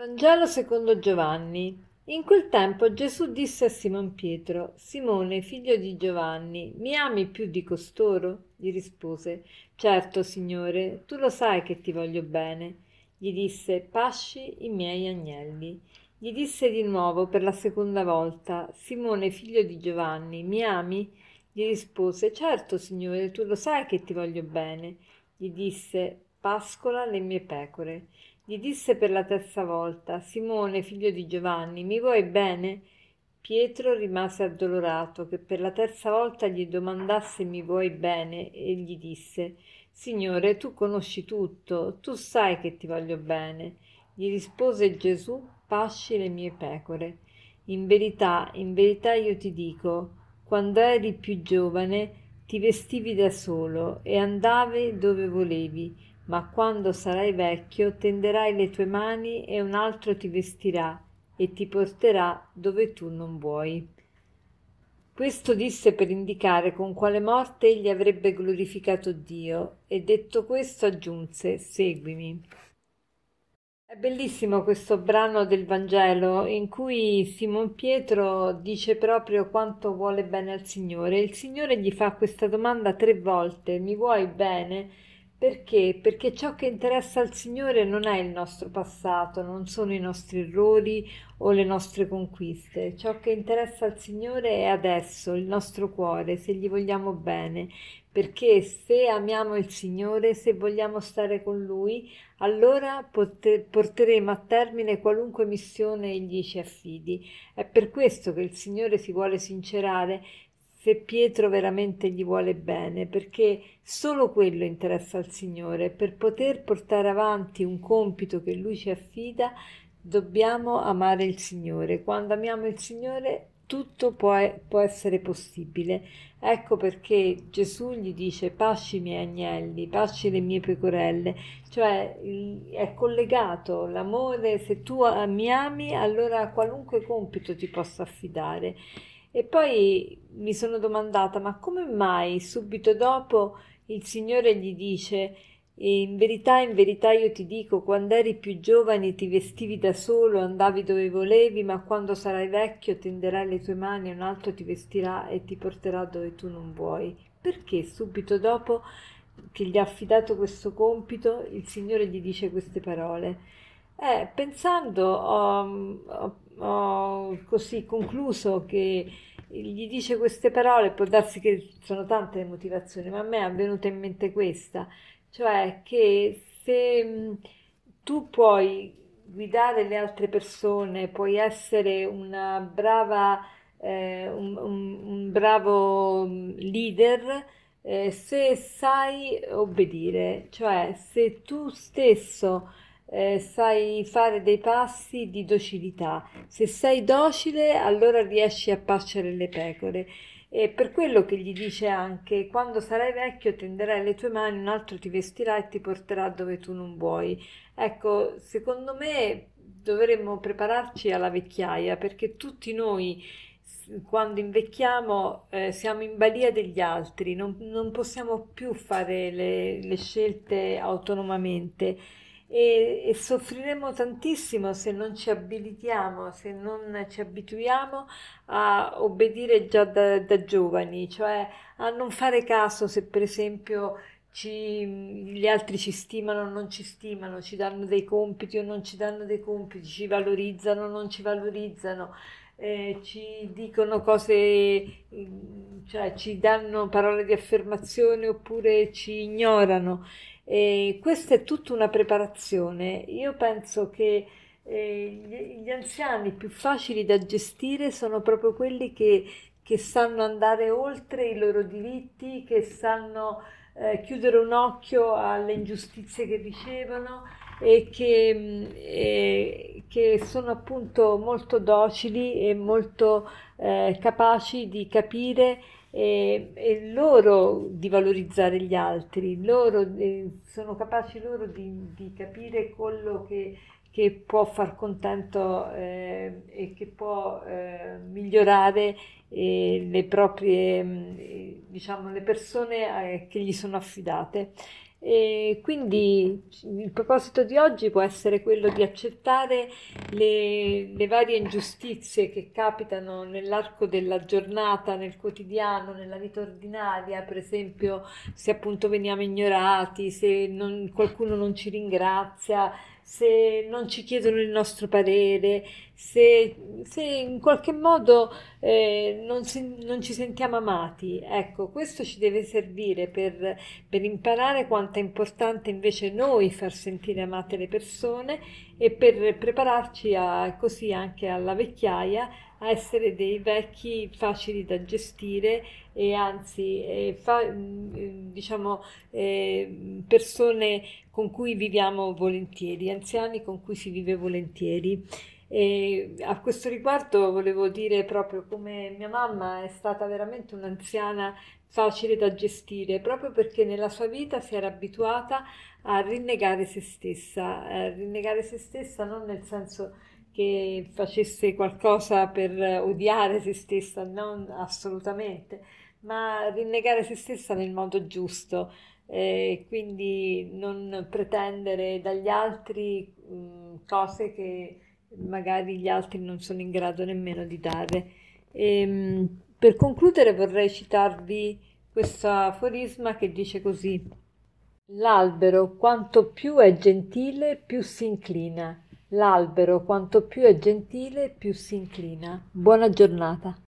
Vangelo secondo Giovanni. In quel tempo Gesù disse a Simon Pietro: Simone, figlio di Giovanni, mi ami più di costoro? Gli rispose: Certo, Signore, tu lo sai che ti voglio bene. Gli disse: Pasci i miei agnelli. Gli disse di nuovo per la seconda volta: Simone, figlio di Giovanni, mi ami? Gli rispose: Certo, Signore, tu lo sai che ti voglio bene. Gli disse: Pascola le mie pecore. Gli disse per la terza volta: Simone, figlio di Giovanni, mi vuoi bene? Pietro rimase addolorato che per la terza volta gli domandasse mi vuoi bene e gli disse: Signore, tu conosci tutto, tu sai che ti voglio bene. Gli rispose Gesù: Pasci le mie pecore. In verità io ti dico, quando eri più giovane ti vestivi da solo e andavi dove volevi, ma quando sarai vecchio tenderai le tue mani e un altro ti vestirà e ti porterà dove tu non vuoi. Questo disse per indicare con quale morte egli avrebbe glorificato Dio, e detto questo aggiunse: Seguimi. È bellissimo questo brano del Vangelo in cui Simon Pietro dice proprio quanto vuole bene al Signore. Il Signore gli fa questa domanda tre volte: Mi vuoi bene? Perché? Perché ciò che interessa al Signore non è il nostro passato, non sono i nostri errori o le nostre conquiste. Ciò che interessa al Signore è adesso, il nostro cuore, se gli vogliamo bene. Perché se amiamo il Signore, se vogliamo stare con Lui, allora porteremo a termine qualunque missione egli ci affidi. È per questo che il Signore si vuole sincerare se Pietro veramente gli vuole bene, perché solo quello interessa al Signore. Per poter portare avanti un compito che Lui ci affida, dobbiamo amare il Signore. Quando amiamo il Signore, tutto può essere possibile. Ecco perché Gesù gli dice: Pasci i miei agnelli, pasci le mie pecorelle, cioè è collegato l'amore. Se tu mi ami, allora qualunque compito ti posso affidare. E poi mi sono domandata: ma come mai subito dopo il Signore gli dice: in verità io ti dico, quando eri più giovane ti vestivi da solo, andavi dove volevi, ma quando sarai vecchio tenderai le tue mani e un altro ti vestirà e ti porterà dove tu non vuoi. Perché subito dopo che gli ha affidato questo compito, il Signore gli dice queste parole? Pensando, ho così concluso che gli dice queste parole, può darsi che sono tante le motivazioni, ma a me è venuta in mente questa, cioè che se tu puoi guidare le altre persone, puoi essere una brava, un bravo leader, se sai obbedire, cioè se tu stesso sai fare dei passi di docilità. Se sei docile, allora riesci a pascere le pecore. E per quello che gli dice anche: quando sarai vecchio tenderai le tue mani, un altro ti vestirà e ti porterà dove tu non vuoi. Ecco, secondo me dovremmo prepararci alla vecchiaia, perché tutti noi quando invecchiamo siamo in balia degli altri, non possiamo più fare le scelte autonomamente e soffriremo tantissimo se non ci abilitiamo, se non ci abituiamo a obbedire già da giovani, cioè a non fare caso se per esempio gli altri ci stimano o non ci stimano, ci danno dei compiti o non ci danno dei compiti, ci valorizzano o non ci valorizzano, ci dicono cose, cioè ci danno parole di affermazione oppure ci ignorano. E questa è tutta una preparazione. Io penso che gli anziani più facili da gestire sono proprio quelli che sanno andare oltre i loro diritti, che sanno chiudere un occhio alle ingiustizie che ricevono che sono appunto molto docili e molto capaci di capire e loro di valorizzare gli altri, loro sono capaci loro di capire quello che può far contento e che può migliorare le proprie, diciamo, le persone che gli sono affidate. E quindi il proposito di oggi può essere quello di accettare le varie ingiustizie che capitano nell'arco della giornata, nel quotidiano, nella vita ordinaria, per esempio se appunto veniamo ignorati, se qualcuno non ci ringrazia, se non ci chiedono il nostro parere, se in qualche modo non ci sentiamo amati. Ecco, questo ci deve servire per imparare quanto è importante invece noi far sentire amate le persone e per prepararci così anche alla vecchiaia a essere dei vecchi facili da gestire e anzi diciamo persone con cui viviamo volentieri, anziani con cui si vive volentieri. E a questo riguardo volevo dire proprio come mia mamma è stata veramente un'anziana facile da gestire, proprio perché nella sua vita si era abituata a rinnegare se stessa non nel senso che facesse qualcosa per odiare se stessa, non assolutamente, ma rinnegare se stessa nel modo giusto, quindi non pretendere dagli altri cose che magari gli altri non sono in grado nemmeno di dare. Per concludere vorrei citarvi questo aforisma che dice così: l'albero quanto più è gentile più si inclina. L'albero quanto più è gentile più si inclina. Buona giornata.